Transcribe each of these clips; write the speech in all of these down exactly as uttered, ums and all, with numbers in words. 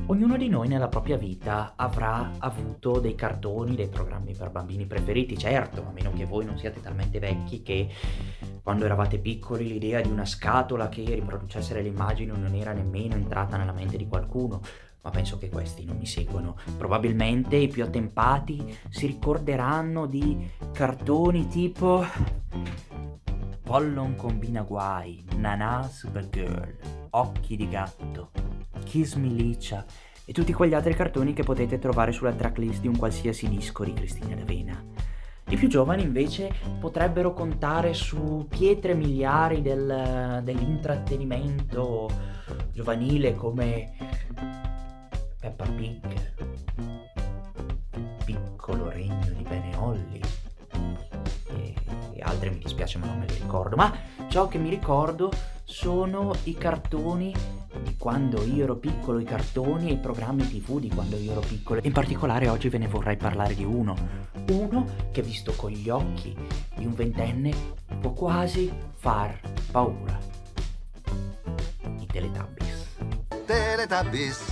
Ognuno di noi nella propria vita avrà avuto dei cartoni, dei programmi per bambini preferiti, certo, a meno che voi non siate talmente vecchi che quando eravate piccoli l'idea di una scatola che riproducesse delle immagini non era nemmeno entrata nella mente di qualcuno, ma penso che questi non mi seguono. Probabilmente i più attempati si ricorderanno di cartoni tipo Pollon combina guai, Nanà Supergirl, Occhi di gatto, Kiss Me Licia e tutti quegli altri cartoni che potete trovare sulla tracklist di un qualsiasi disco di Cristina D'Avena. I più giovani invece potrebbero contare su pietre miliari del, dell'intrattenimento giovanile come Peppa Pig, Piccolo Regno di Ben e Holly e, e altri mi dispiace ma non me li ricordo, ma ciò che mi ricordo sono i cartoni di quando io ero piccolo, i cartoni e i programmi tv di quando io ero piccolo. In particolare oggi ve ne vorrei parlare di uno, uno che visto con gli occhi di un ventenne può quasi far paura. I Teletubbies. Teletubbies.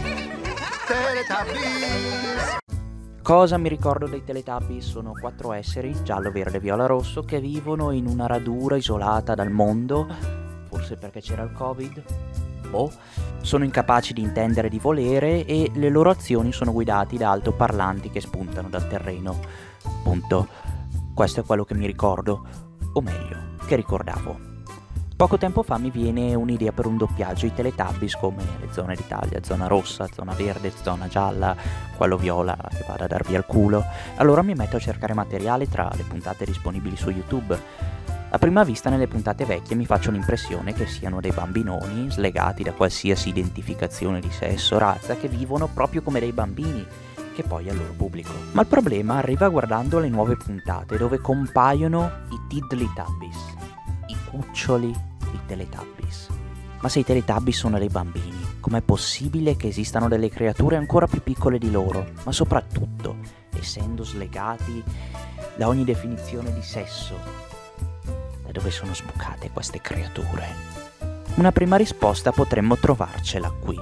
Teletubbies. Cosa mi ricordo dei Teletubbies? Sono quattro esseri, giallo, verde, viola, rosso, che vivono in una radura isolata dal mondo, forse perché c'era il Covid, o sono incapaci di intendere di volere e le loro azioni sono guidati da altoparlanti che spuntano dal terreno. Punto. Questo è quello che mi ricordo, o meglio, che ricordavo. Poco tempo fa mi viene un'idea per un doppiaggio, i Teletubbies come le zone d'Italia, zona rossa, zona verde, zona gialla, quello viola che vada a dar via il culo. Allora mi metto a cercare materiale tra le puntate disponibili su YouTube. A prima vista nelle puntate vecchie mi faccio l'impressione che siano dei bambinoni slegati da qualsiasi identificazione di sesso, razza, che vivono proprio come dei bambini, che poi è il loro pubblico. Ma il problema arriva guardando le nuove puntate dove compaiono i Tiddlytubbies, i cuccioli di Teletubbies. Ma se i Teletubbies sono dei bambini, com'è possibile che esistano delle creature ancora più piccole di loro? Ma soprattutto, essendo slegati da ogni definizione di sesso, da dove sono sbucate queste creature? Una prima risposta potremmo trovarcela qui.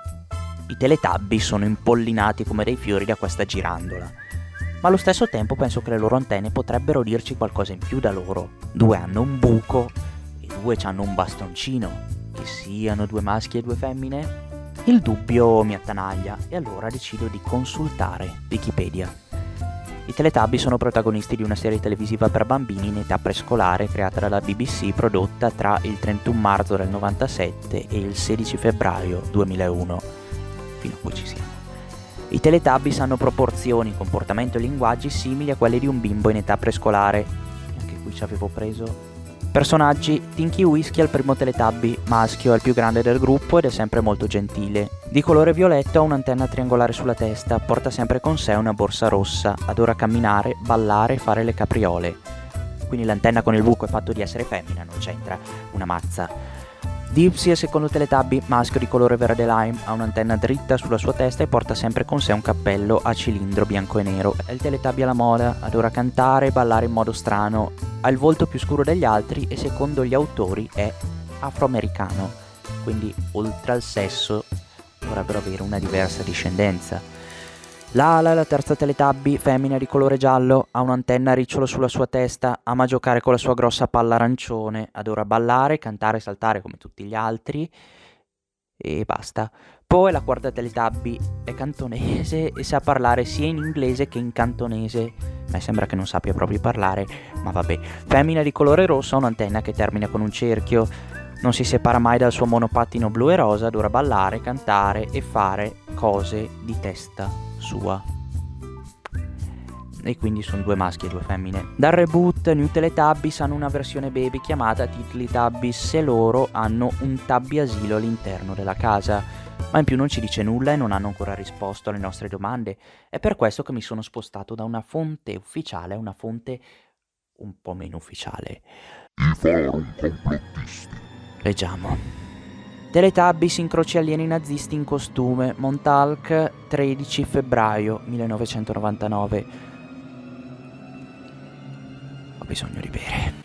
I Teletubbies sono impollinati come dei fiori da questa girandola, ma allo stesso tempo penso che le loro antenne potrebbero dirci qualcosa in più da loro. Due hanno un buco e due hanno un bastoncino. Che siano due maschi e due femmine? Il dubbio mi attanaglia e allora decido di consultare Wikipedia. I Teletubbies sono protagonisti di una serie televisiva per bambini in età prescolare creata dalla B B C, prodotta tra il trentuno marzo del novantasette e il sedici febbraio duemilauno. Fino a qui ci siamo. I Teletubbies hanno proporzioni, comportamento e linguaggi simili a quelli di un bimbo in età prescolare. Anche qui ci avevo preso. Personaggi: Tinky Whisky è il primo Teletubby maschio, è il più grande del gruppo ed è sempre molto gentile. Di colore violetto, ha un'antenna triangolare sulla testa, porta sempre con sé una borsa rossa, adora camminare, ballare e fare le capriole. Quindi l'antenna con il buco è fatto di essere femmina, non c'entra una mazza. Dipsy è il secondo Teletubby maschio di colore verde lime, ha un'antenna dritta sulla sua testa e porta sempre con sé un cappello a cilindro bianco e nero. È il Teletubby alla moda, adora cantare e ballare in modo strano, ha il volto più scuro degli altri e secondo gli autori è afroamericano, quindi oltre al sesso dovrebbero avere una diversa discendenza. Lala è la terza Teletubby, femmina di colore giallo, ha un'antenna a ricciolo sulla sua testa, ama giocare con la sua grossa palla arancione, adora ballare, cantare e saltare come tutti gli altri e basta. Poe è la quarta Teletubby, è cantonese e sa parlare sia in inglese che in cantonese. A me sembra che non sappia proprio parlare, ma vabbè. Femmina di colore rosso, ha un'antenna che termina con un cerchio, non si separa mai dal suo monopattino blu e rosa, adora ballare, cantare e fare cose di testa sua. E quindi sono due maschi e due femmine. Dal reboot New Teletubbies hanno una versione baby chiamata Tiddlytubbies e loro hanno un Tubby asilo all'interno della casa, ma in più non ci dice nulla e non hanno ancora risposto alle nostre domande. È per questo che mi sono spostato da una fonte ufficiale a una fonte un po' meno ufficiale. I forum complottisti. Leggiamo. Teletubbies incroci alieni nazisti in costume, Montauk, tredici febbraio millenovecentonovantanove. Ho bisogno di bere.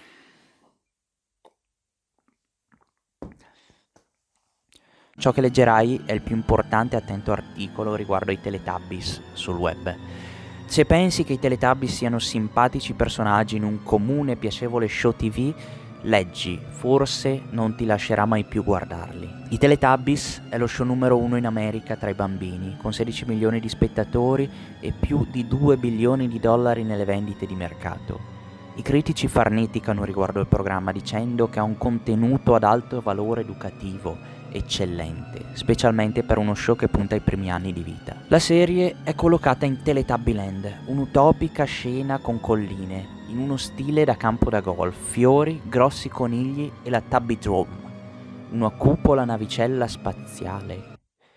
ciò che leggerai è il più importante e attento articolo riguardo ai Teletubbies sul web. Se pensi che i Teletubbies siano simpatici personaggi in un comune e piacevole show tivù, leggi, forse non ti lascerà mai più guardarli. I Teletubbies è lo show numero uno in America tra i bambini, con sedici milioni di spettatori e più di due bilioni di dollari nelle vendite di mercato. I critici farneticano riguardo il programma dicendo che ha un contenuto ad alto valore educativo, eccellente, specialmente per uno show che punta ai primi anni di vita. La serie è collocata in Teletubbyland, un'utopica scena con colline, in uno stile da campo da golf, fiori, grossi conigli e la Tubbydrome, una cupola navicella spaziale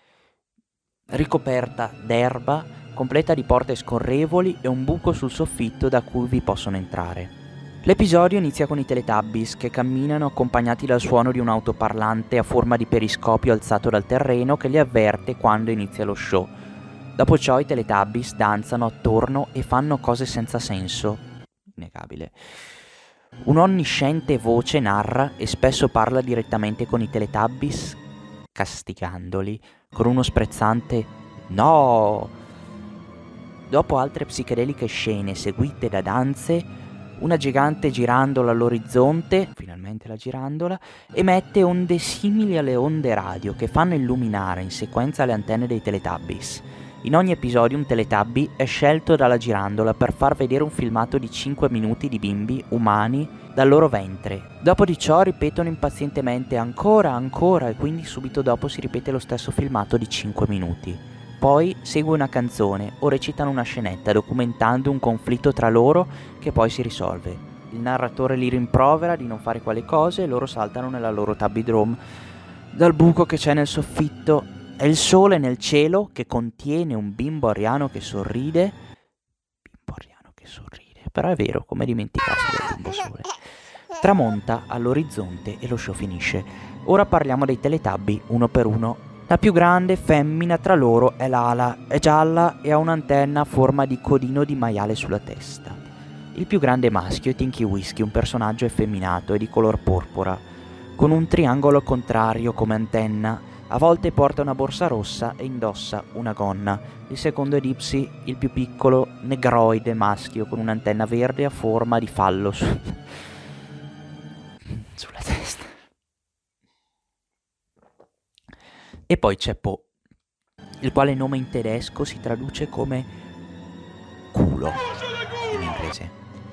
ricoperta d'erba, completa di porte scorrevoli e un buco sul soffitto da cui vi possono entrare. L'episodio inizia con i Teletubbies che camminano accompagnati dal suono di un autoparlante a forma di periscopio alzato dal terreno che li avverte quando inizia lo show. Dopo ciò i Teletubbies danzano attorno e fanno cose senza senso. Innegabile. Un'onnisciente voce narra e spesso parla direttamente con i Teletubbies, castigandoli con uno sprezzante "No!". Dopo altre psichedeliche scene seguite da danze, una gigante girandola all'orizzonte, finalmente la girandola, emette onde simili alle onde radio che fanno illuminare in sequenza le antenne dei Teletubbies. In ogni episodio un Teletubby è scelto dalla girandola per far vedere un filmato di cinque minuti di bimbi umani dal loro ventre. Dopo di ciò ripetono impazientemente ancora, ancora e quindi subito dopo si ripete lo stesso filmato di cinque minuti. Poi segue una canzone o recitano una scenetta documentando un conflitto tra loro che poi si risolve. Il narratore li rimprovera di non fare quelle cose e loro saltano nella loro Tubbydrome dal buco che c'è nel soffitto. È il sole nel cielo che contiene un bimbo ariano che sorride. Bimbo ariano che sorride. Però è vero, come dimenticarsi del bimbo sole. Tramonta all'orizzonte e lo show finisce. Ora parliamo dei Teletubby uno per uno. La più grande femmina tra loro è Lala, è gialla e ha un'antenna a forma di codino di maiale sulla testa. Il più grande maschio è Tinky Whisky, un personaggio effeminato e di color porpora, con un triangolo contrario come antenna. A volte porta una borsa rossa e indossa una gonna. Il secondo è Dipsy, il più piccolo negroide maschio, con un'antenna verde a forma di fallo su... sulla testa. E poi c'è Po, il quale nome in tedesco si traduce come culo in inglese,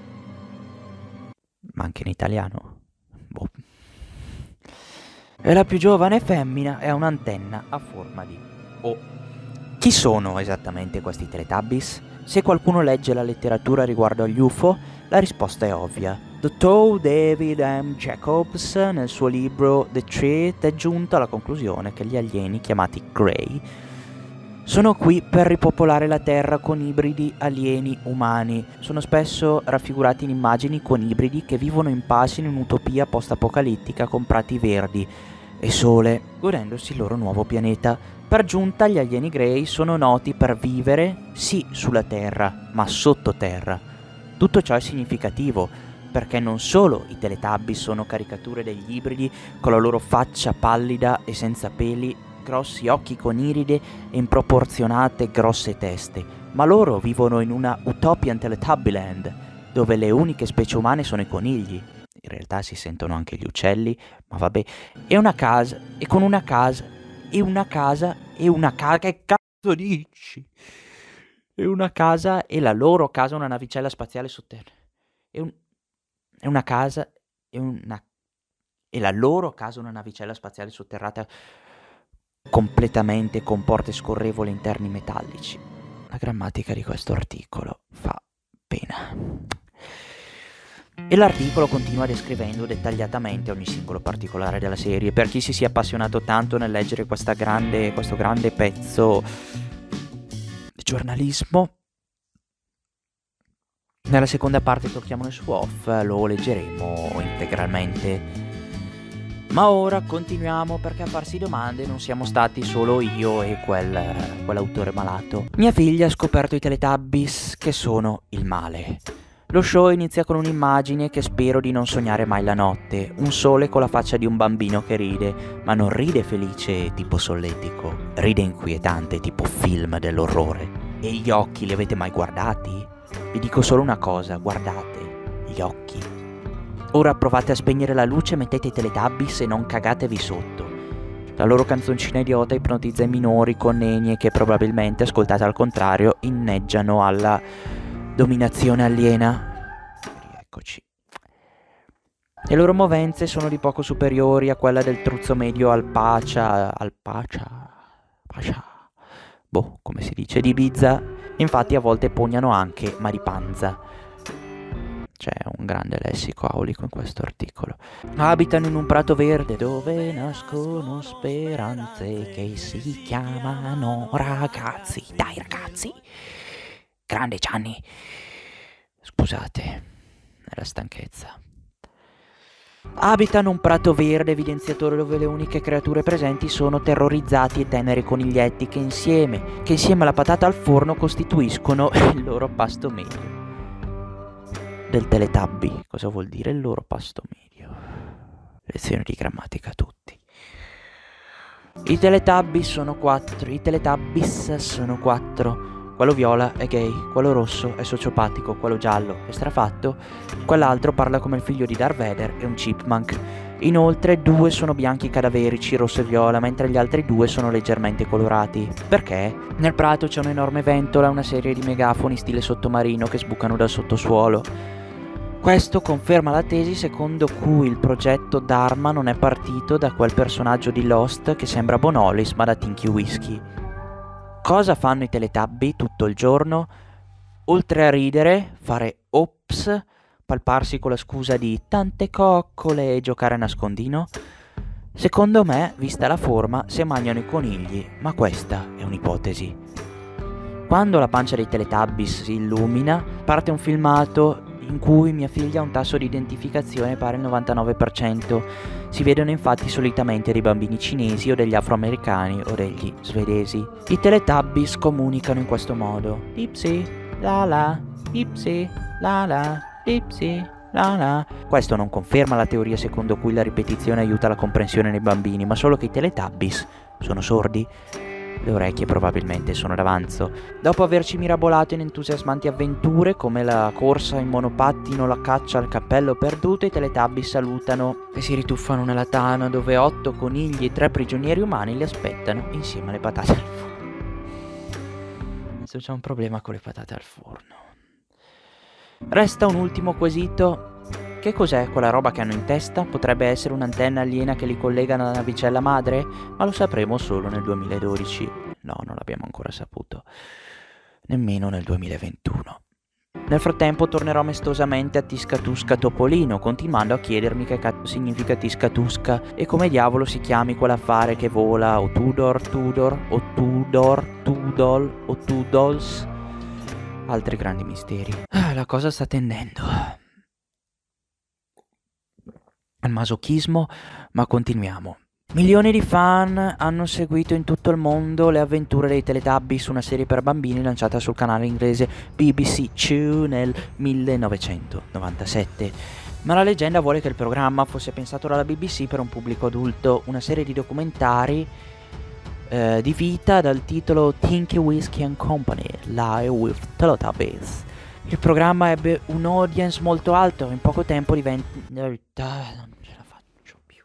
ma anche in italiano. Boh. È la più giovane femmina e ha un'antenna a forma di O. Chi sono esattamente questi Teletubbies? Se qualcuno legge la letteratura riguardo agli U F O, la risposta è ovvia. dottor David M. Jacobs, nel suo libro The Truth, è giunto alla conclusione che gli alieni, chiamati Grey, sono qui per ripopolare la Terra con ibridi alieni umani. Sono spesso raffigurati in immagini con ibridi che vivono in pace in un'utopia post-apocalittica con prati verdi e sole, godendosi il loro nuovo pianeta. Per giunta gli alieni Grey sono noti per vivere, sì, sulla Terra, ma sottoterra. Tutto ciò è significativo, perché non solo i Teletubbies sono caricature degli ibridi con la loro faccia pallida e senza peli, grossi occhi con iride e improporzionate grosse teste, ma loro vivono in una Utopian Teletubbyland, dove le uniche specie umane sono i conigli. In realtà si sentono anche gli uccelli, ma vabbè. E una casa, e con una casa, e una casa, e una casa, che cazzo dici? E una casa, e la loro casa una navicella spaziale sotterranea. E un... È una casa e una e la loro casa una navicella spaziale sotterrata completamente con porte scorrevoli e interni metallici. La grammatica di questo articolo fa pena. E l'articolo continua descrivendo dettagliatamente ogni singolo particolare della serie. Per chi si sia appassionato tanto nel leggere questa grande, questo grande pezzo di giornalismo, nella seconda parte tocchiamo il suo off, lo leggeremo integralmente. Ma ora continuiamo, perché a farsi domande non siamo stati solo io e quel, quell'autore malato. Mia figlia ha scoperto i Teletubbies, che sono il male. Lo show inizia con un'immagine che spero di non sognare mai la notte, un sole con la faccia di un bambino che ride, ma non ride felice tipo solletico, ride inquietante tipo film dell'orrore. E gli occhi li avete mai guardati? Vi dico solo una cosa, guardate, gli occhi. Ora provate a spegnere la luce, mettete i Teletubbies e non cagatevi sotto. La loro canzoncina idiota ipnotizza i minori con enie che probabilmente, ascoltate al contrario, inneggiano alla dominazione aliena. Eccoci. Le loro movenze sono di poco superiori a quella del truzzo medio alpacia, alpacia, pacia, boh, come si dice, di Ibiza. Infatti a volte pugnano anche maripanza. C'è un grande lessico aulico in questo articolo. Abitano in un prato verde dove nascono speranze che si chiamano ragazzi. Dai ragazzi! Grande Gianni! Scusate, è la stanchezza. Abitano un prato verde evidenziatore dove le uniche creature presenti sono terrorizzati e teneri coniglietti che insieme, che insieme alla patata al forno costituiscono il loro pasto medio. Del Teletubby, cosa vuol dire il loro pasto medio? Lezioni di grammatica a tutti. I Teletubbies sono quattro, i Teletubbies sono quattro. Quello viola è gay, quello rosso è sociopatico, quello giallo è strafatto, quell'altro parla come il figlio di Darth Vader e un chipmunk. Inoltre due sono bianchi cadaverici, rosso e viola, mentre gli altri due sono leggermente colorati. Perché? Nel prato c'è un'enorme ventola e una serie di megafoni stile sottomarino che sbucano dal sottosuolo. Questo conferma la tesi secondo cui il progetto Dharma non è partito da quel personaggio di Lost che sembra Bonolis ma da Tinky Whisky. Cosa fanno i Teletubby tutto il giorno? Oltre a ridere, fare ops, palparsi con la scusa di tante coccole e giocare a nascondino? Secondo me, vista la forma, si mangiano i conigli, ma questa è un'ipotesi. Quando la pancia dei Teletubbies si illumina, parte un filmato in cui mia figlia ha un tasso di identificazione pari al novantanove per cento. Si vedono infatti solitamente dei bambini cinesi o degli afroamericani o degli svedesi. I Teletubbies comunicano in questo modo. Dipsy, la la, dipsy, la la, dipsy, la la. Questo non conferma la teoria secondo cui la ripetizione aiuta la comprensione nei bambini, ma solo che i Teletubbies sono sordi. Le orecchie probabilmente sono d'avanzo. Dopo averci mirabolato in entusiasmanti avventure come la corsa in monopattino, la caccia al cappello perduto, i Teletubbies salutano e si rituffano nella tana dove otto conigli e tre prigionieri umani li aspettano insieme alle patate al forno. Adesso c'è un problema con le patate al forno. Resta un ultimo quesito. Che cos'è quella roba che hanno in testa? Potrebbe essere un'antenna aliena che li collega alla navicella madre? Ma lo sapremo solo nel duemiladodici. No, non l'abbiamo ancora saputo. Nemmeno nel duemilaventuno. Nel frattempo tornerò mestosamente a Tiscatusca Topolino, continuando a chiedermi che cazzo significa Tiscatusca e come diavolo si chiami quell'affare che vola, o Tudor, Tudor, o Tudor, Tudol, o Tudols. Altri grandi misteri. Ah, la cosa sta tendendo al masochismo, ma continuiamo. Milioni di fan hanno seguito in tutto il mondo le avventure dei Teletubbies, una serie per bambini lanciata sul canale inglese B B C Two nel millenovecentonovantasette. Ma la leggenda vuole che il programma fosse pensato dalla B B C per un pubblico adulto, una serie di documentari eh, di vita dal titolo Tinky Whisky and Company, Live with Teletubbies. Il programma ebbe un audience molto alto, in poco tempo diventa... Non ce la faccio più.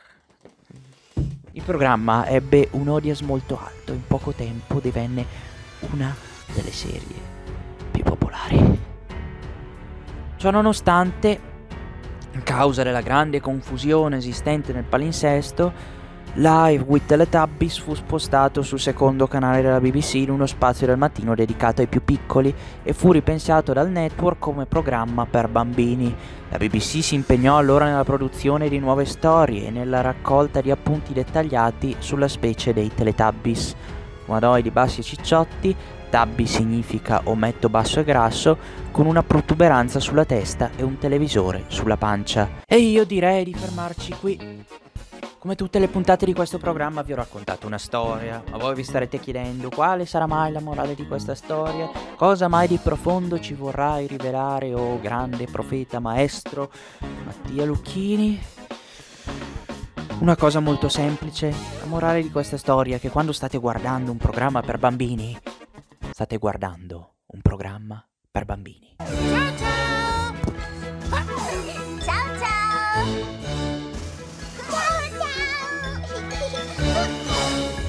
Il programma ebbe un audience molto alto, in poco tempo divenne una delle serie più popolari. Ciononostante, a causa della grande confusione esistente nel palinsesto, Live with Teletubbies fu spostato sul secondo canale della B B C in uno spazio del mattino dedicato ai più piccoli e fu ripensato dal network come programma per bambini. La B B C si impegnò allora nella produzione di nuove storie e nella raccolta di appunti dettagliati sulla specie dei Teletubbies. Guadoi di bassi e cicciotti, Tubby significa ometto basso e grasso, con una protuberanza sulla testa e un televisore sulla pancia. E io direi di fermarci qui. Come tutte le puntate di questo programma vi ho raccontato una storia, ma voi vi starete chiedendo quale sarà mai la morale di questa storia, cosa mai di profondo ci vorrai rivelare, oh grande profeta maestro Mattia Lucchini? Una cosa molto semplice, la morale di questa storia è che quando state guardando un programma per bambini, state guardando un programma per bambini. Ciao ciao! Ciao ciao!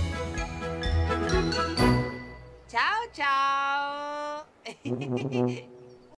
Ciao ciao! Ciao ciao!